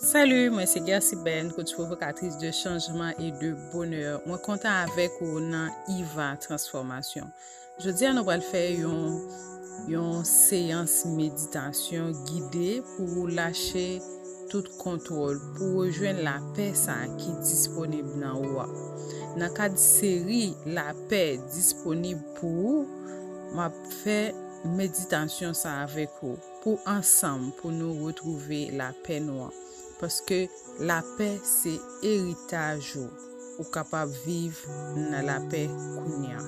Salut, moi c'est Gersi Ben, coach provocatrice de changement et de bonheur. Moi content avec ou dans IVA transformation. Je dis à nous allons faire une séance méditation guidée pour lâcher tout contrôle, pour rejoindre la paix ça qui est disponible dans vous. Dans le cadre de série La paix disponible pour vous, m'a fait méditation ça avec vous pour ensemble pour nous retrouver la paix noire. Parce que la paix, c'est héritage ou capable de vivre dans la paix kounia.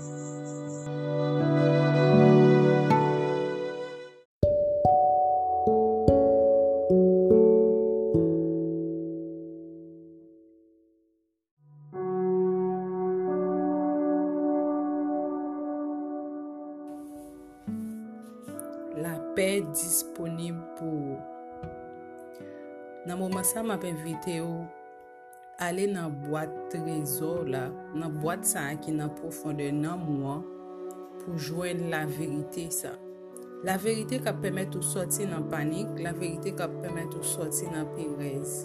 La paix disponible pour vous. Dans le moment ça m'a invité à aller dans la boîte trésor là, dans la boîte ça qui est dans profondeur dans moi pour joindre la vérité ça. La vérité qui permet de sortir dans panique, la vérité qui permet de sortir dans pérez.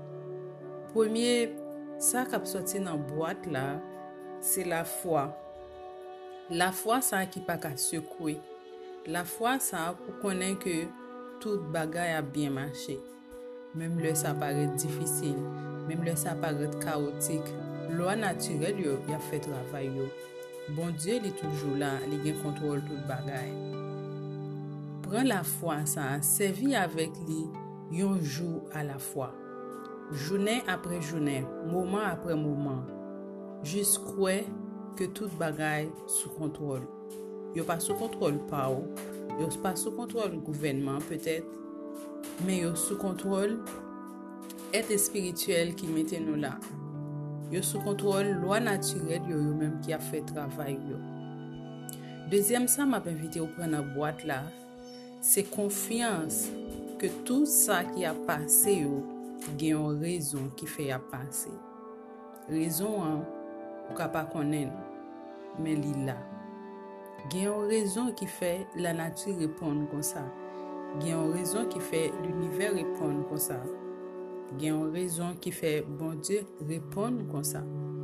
Premier ça qui sorti dans boîte là, c'est la foi. La foi ça qui pas qu'à secouer. La foi ça pour connaître que toute bagaille a bien marché. Même le ça paraît difficile, même le ça paraît chaotique, loi naturelle yo y a fait travail yo. Bon Dieu il est toujours là, il gen contrôle tout bagaille. Prends la foi ça, servi avec lui un jour à la fois. Journée après journée, moment après moment. Juste croire que toute bagaille sous contrôle. Yo pas sous contrôle pas ou, yo pas sous contrôle du gouvernement peut-être. Mais yo sous contrôle être spirituel qui mettait nous là. Yo sous contrôle loi naturelle yo même qui a fait travail yo. Deuxième ça m'a invité au prendre la boîte là, c'est confiance que tout ça qui a passé yo gen une raison qui fait a passer. Raison ou capable connaître mais li là. Gen une raison qui fait la nature répondre comme ça. Il y a une raison qui fait l'univers répondre comme ça. Il y a une raison qui fait bon Dieu répondre comme ça.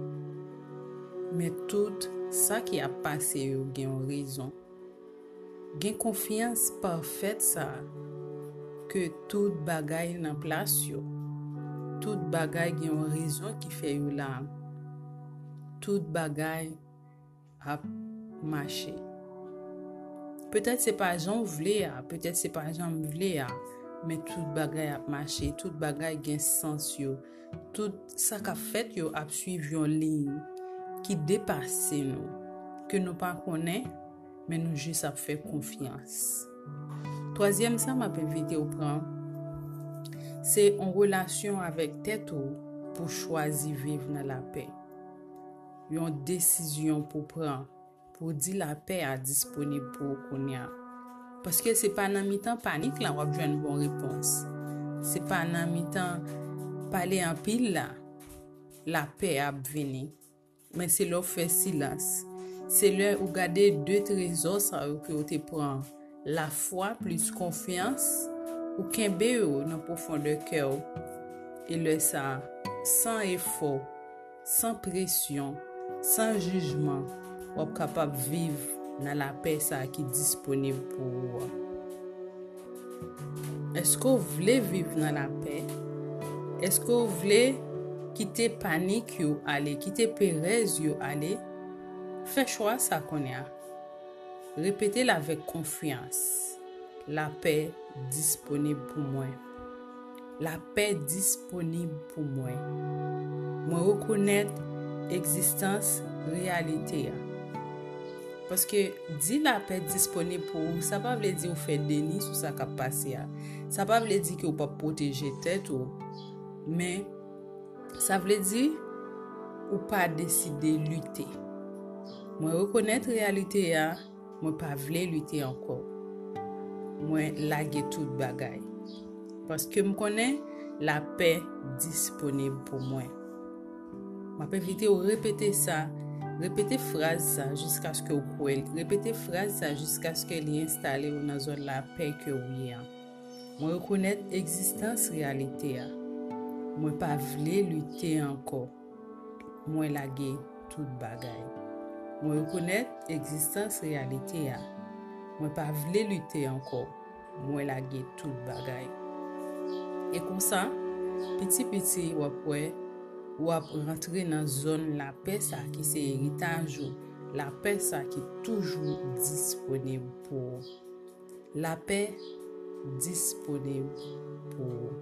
Mais tout ça qui a passé, il y a une raison. Il y a une confiance parfaite ça que toute bagaille en place yo. Toute bagaille il y a une raison qui fait yo là. Toute bagaille a marché. Peut-être c'est pas Jean voulait, peut-être c'est pas Jean voulait, mais toute bagaille a marché, toute bagaille gain sens yo. Tout ça qu'a fait yo a suivre une ligne qui dépasse nous, que nous pas connaît, mais nous juste a fait confiance. Troisième ça m'a invité au prendre, c'est en relation avec tête pour choisir vivre dans la paix. Une décision pour prendre. Pour dire la paix est disponible pour Kounia. Parce que c'est pas dans mi-temps panique là on va avoir une bonne réponse. C'est pas dans mi-temps parler en pile là la paix a venir. Mais c'est là fait silence. C'est là où garder deux trésors ça que vous te prend la foi plus confiance ou kembe dans profondeur cœur et le ça sans effort, sans pression, sans jugement. Ou êtes capable de vivre dans la paix ça qui est disponible pour vous. Est-ce que vous voulez vivre dans la paix? Est-ce que vous voulez quitter panique ou aller, quitter pérez ou aller? Faites choix ça qu'on a. Répétez-le avec confiance. La paix disponible pour moi. La paix disponible pour moi. Moi reconnaître existence, réalité. Parce que dit la paix disponible pour vous, ça ne veut pas dire que vous faites déni sur ça qui a passé. Ça ne veut pas dire que vous ne pouvez pas protéger tête. Mais ça veut dire que vous ne pas décider de lutter. Moi, reconnaître la réalité, moi, ne pas vouloir lutter encore. Moi, laguer toute bagaille. Parce que je connais la paix disponible pour moi. Je peux éviter de répéter ça. Répétez phrase ça jusqu'à ce que vous croyez. Répétez phrase ça jusqu'à ce qu'elle est installée dans la zone la paix que vous avez. Moi reconnaître existence réalité a. Moi pas vle lutter encore. Moi laguer toute bagaille. Moi reconnaître existence réalité a. Moi pas vle lutter encore. Moi laguer toute bagaille. Et comme ça, petit ou ap rentrer dans zone la paix ça qui c'est héritage la paix ça qui est toujours disponible pour la paix disponible pour